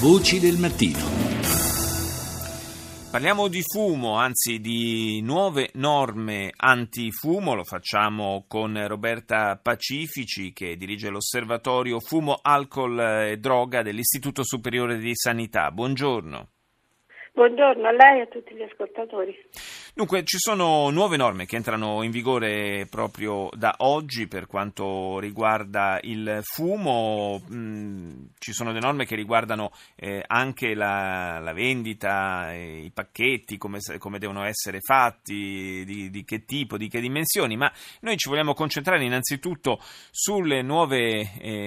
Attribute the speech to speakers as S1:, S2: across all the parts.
S1: Voci del mattino.
S2: Parliamo di fumo, anzi di nuove norme antifumo. Lo facciamo con Roberta Pacifici, che dirige l'osservatorio Fumo, Alcol e Droga dell'Istituto Superiore di Sanità. Buongiorno.
S3: Buongiorno a lei e a tutti gli ascoltatori.
S2: Dunque, ci sono nuove norme che entrano in vigore proprio da oggi per quanto riguarda il fumo. Ci sono delle norme che riguardano anche la vendita, i pacchetti, come devono essere fatti, di che tipo, di che dimensioni, ma noi ci vogliamo concentrare innanzitutto sui nuovi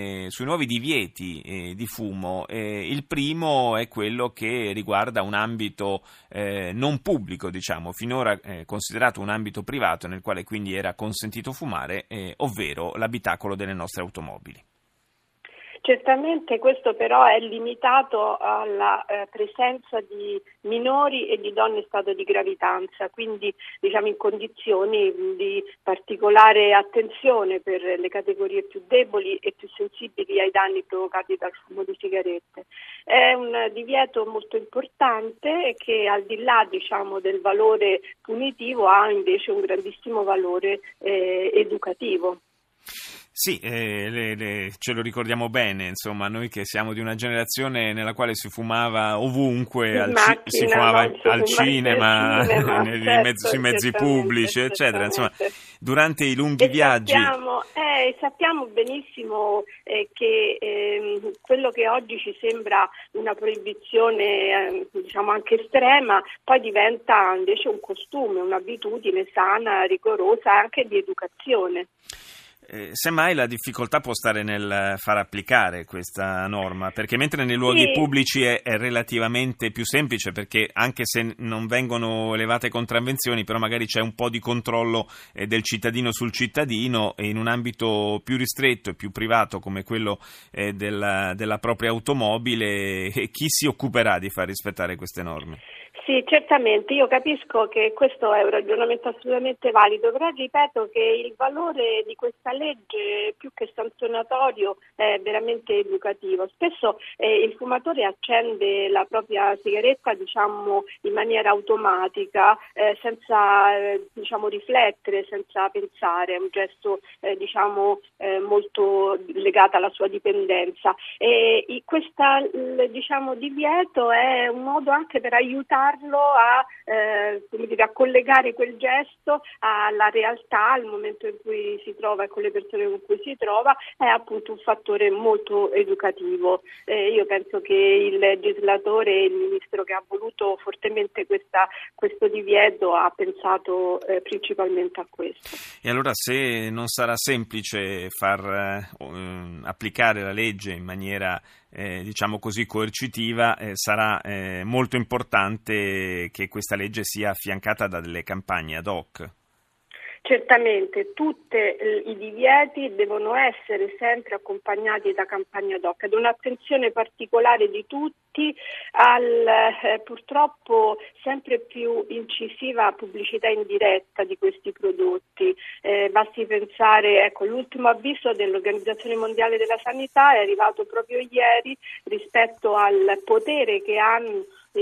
S2: divieti di fumo. Il primo è quello che riguarda un ambito non pubblico, diciamo, finora considerato un ambito privato nel quale quindi era consentito fumare, ovvero l'abitacolo delle nostre automobili.
S3: Certamente questo però è limitato alla presenza di minori e di donne in stato di gravidanza, quindi diciamo in condizioni di particolare attenzione per le categorie più deboli e più sensibili ai danni provocati dal fumo di sigarette. È un divieto molto importante che al di là del valore punitivo ha invece un grandissimo valore educativo.
S2: Sì, ce lo ricordiamo bene, insomma, noi che siamo di una generazione nella quale si fumava ovunque, si fumava al cinema, sui mezzi pubblici, eccetera, insomma, durante i lunghi viaggi.
S3: Sappiamo benissimo che quello che oggi ci sembra una proibizione, anche estrema, poi diventa invece un costume, un'abitudine sana, rigorosa, anche di educazione.
S2: Semmai la difficoltà può stare nel far applicare questa norma, perché mentre nei luoghi pubblici è relativamente più semplice, perché anche se non vengono elevate contravvenzioni, però magari c'è un po' di controllo del cittadino sul cittadino, e in un ambito più ristretto e più privato come quello della propria automobile, chi si occuperà di far rispettare queste norme?
S3: Sì, certamente, io capisco che questo è un ragionamento assolutamente valido, però ripeto che il valore di questa legge, più che sanzionatorio, è veramente educativo. Spesso il fumatore accende la propria sigaretta, in maniera automatica, senza riflettere, senza pensare, è un gesto molto legato alla sua dipendenza. E questo divieto è un modo anche per aiutarlo a collegare quel gesto alla realtà, al momento in cui si trova e con le persone con cui si trova, è appunto un fattore molto educativo. Io penso che il legislatore, il ministro che ha voluto fortemente questo divieto, ha pensato principalmente a questo.
S2: E allora, se non sarà semplice far applicare la legge in maniera coercitiva, sarà molto importante che questa legge sia affiancata da delle campagne ad hoc.
S3: Certamente, tutti i divieti devono essere sempre accompagnati da campagne ad hoc, ad un'attenzione particolare di tutti purtroppo sempre più incisiva pubblicità indiretta di questi prodotti. Basti pensare, l'ultimo avviso dell'Organizzazione Mondiale della Sanità è arrivato proprio ieri rispetto al potere che hanno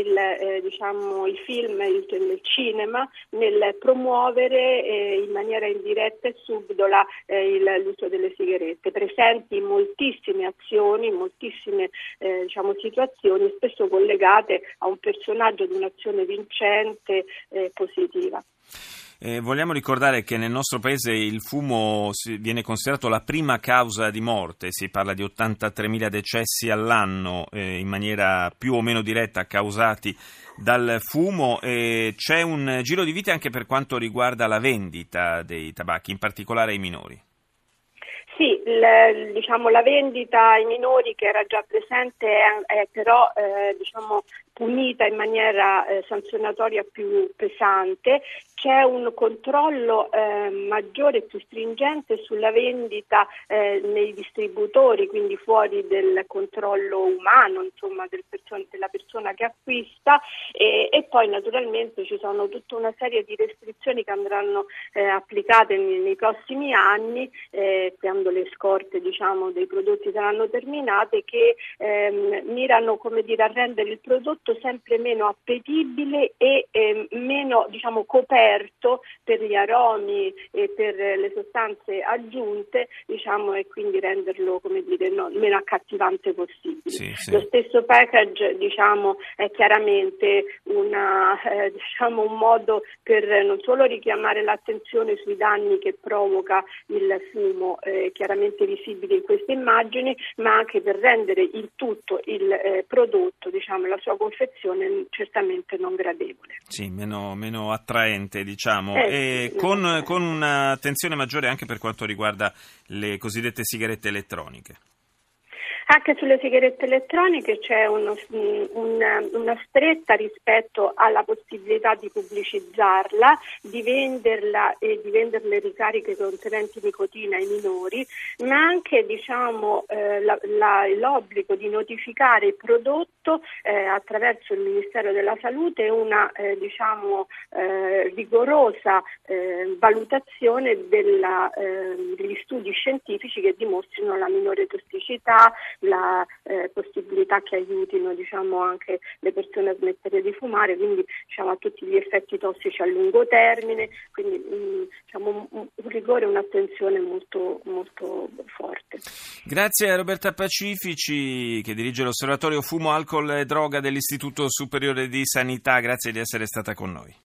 S3: il film, il cinema, nel promuovere in maniera indiretta e subdola l'uso delle sigarette, presenti in moltissime azioni, in moltissime situazioni, spesso collegate a un personaggio di un'azione vincente, positiva.
S2: Vogliamo ricordare che nel nostro paese il fumo viene considerato la prima causa di morte. Si parla di 83.000 decessi all'anno in maniera più o meno diretta causati dal fumo. C'è un giro di vite anche per quanto riguarda la vendita dei tabacchi, in particolare ai minori.
S3: Sì, la vendita ai minori, che era già presente, è però punita in maniera sanzionatoria più pesante. C'è un controllo maggiore e più stringente sulla vendita nei distributori, quindi fuori del controllo umano, insomma, della persona che acquista, e poi naturalmente ci sono tutta una serie di restrizioni che andranno applicate nei prossimi anni, quando le scorte, diciamo, dei prodotti saranno terminate, che mirano, come dire, a rendere il prodotto sempre meno appetibile e meno, diciamo, coperto per gli aromi e per le sostanze aggiunte, diciamo, e quindi renderlo, come dire, meno accattivante possibile.
S2: Sì.
S3: Lo stesso package, diciamo, è chiaramente diciamo, un modo per non solo richiamare l'attenzione sui danni che provoca il fumo, chiaramente visibili in queste immagini, ma anche per rendere il tutto, il prodotto, diciamo, la sua confezione certamente non gradevole.
S2: Sì, meno attraente, diciamo, e con un'attenzione maggiore anche per quanto riguarda le cosiddette sigarette elettroniche.
S3: Anche sulle sigarette elettroniche c'è una stretta rispetto alla possibilità di pubblicizzarla, di venderla e di venderle ricariche contenenti nicotina ai minori, ma anche, diciamo, l'obbligo di notificare il prodotto attraverso il Ministero della Salute, una diciamo rigorosa valutazione degli studi scientifici che dimostrino la minore tossicità, la possibilità che aiutino, diciamo, anche le persone a smettere di fumare, quindi, diciamo, a tutti gli effetti tossici a lungo termine, quindi diciamo, un rigore e un'attenzione molto, molto forte.
S2: Grazie a Roberta Pacifici, che dirige l'Osservatorio Fumo, Alcol e Droga dell'Istituto Superiore di Sanità, grazie di essere stata con noi.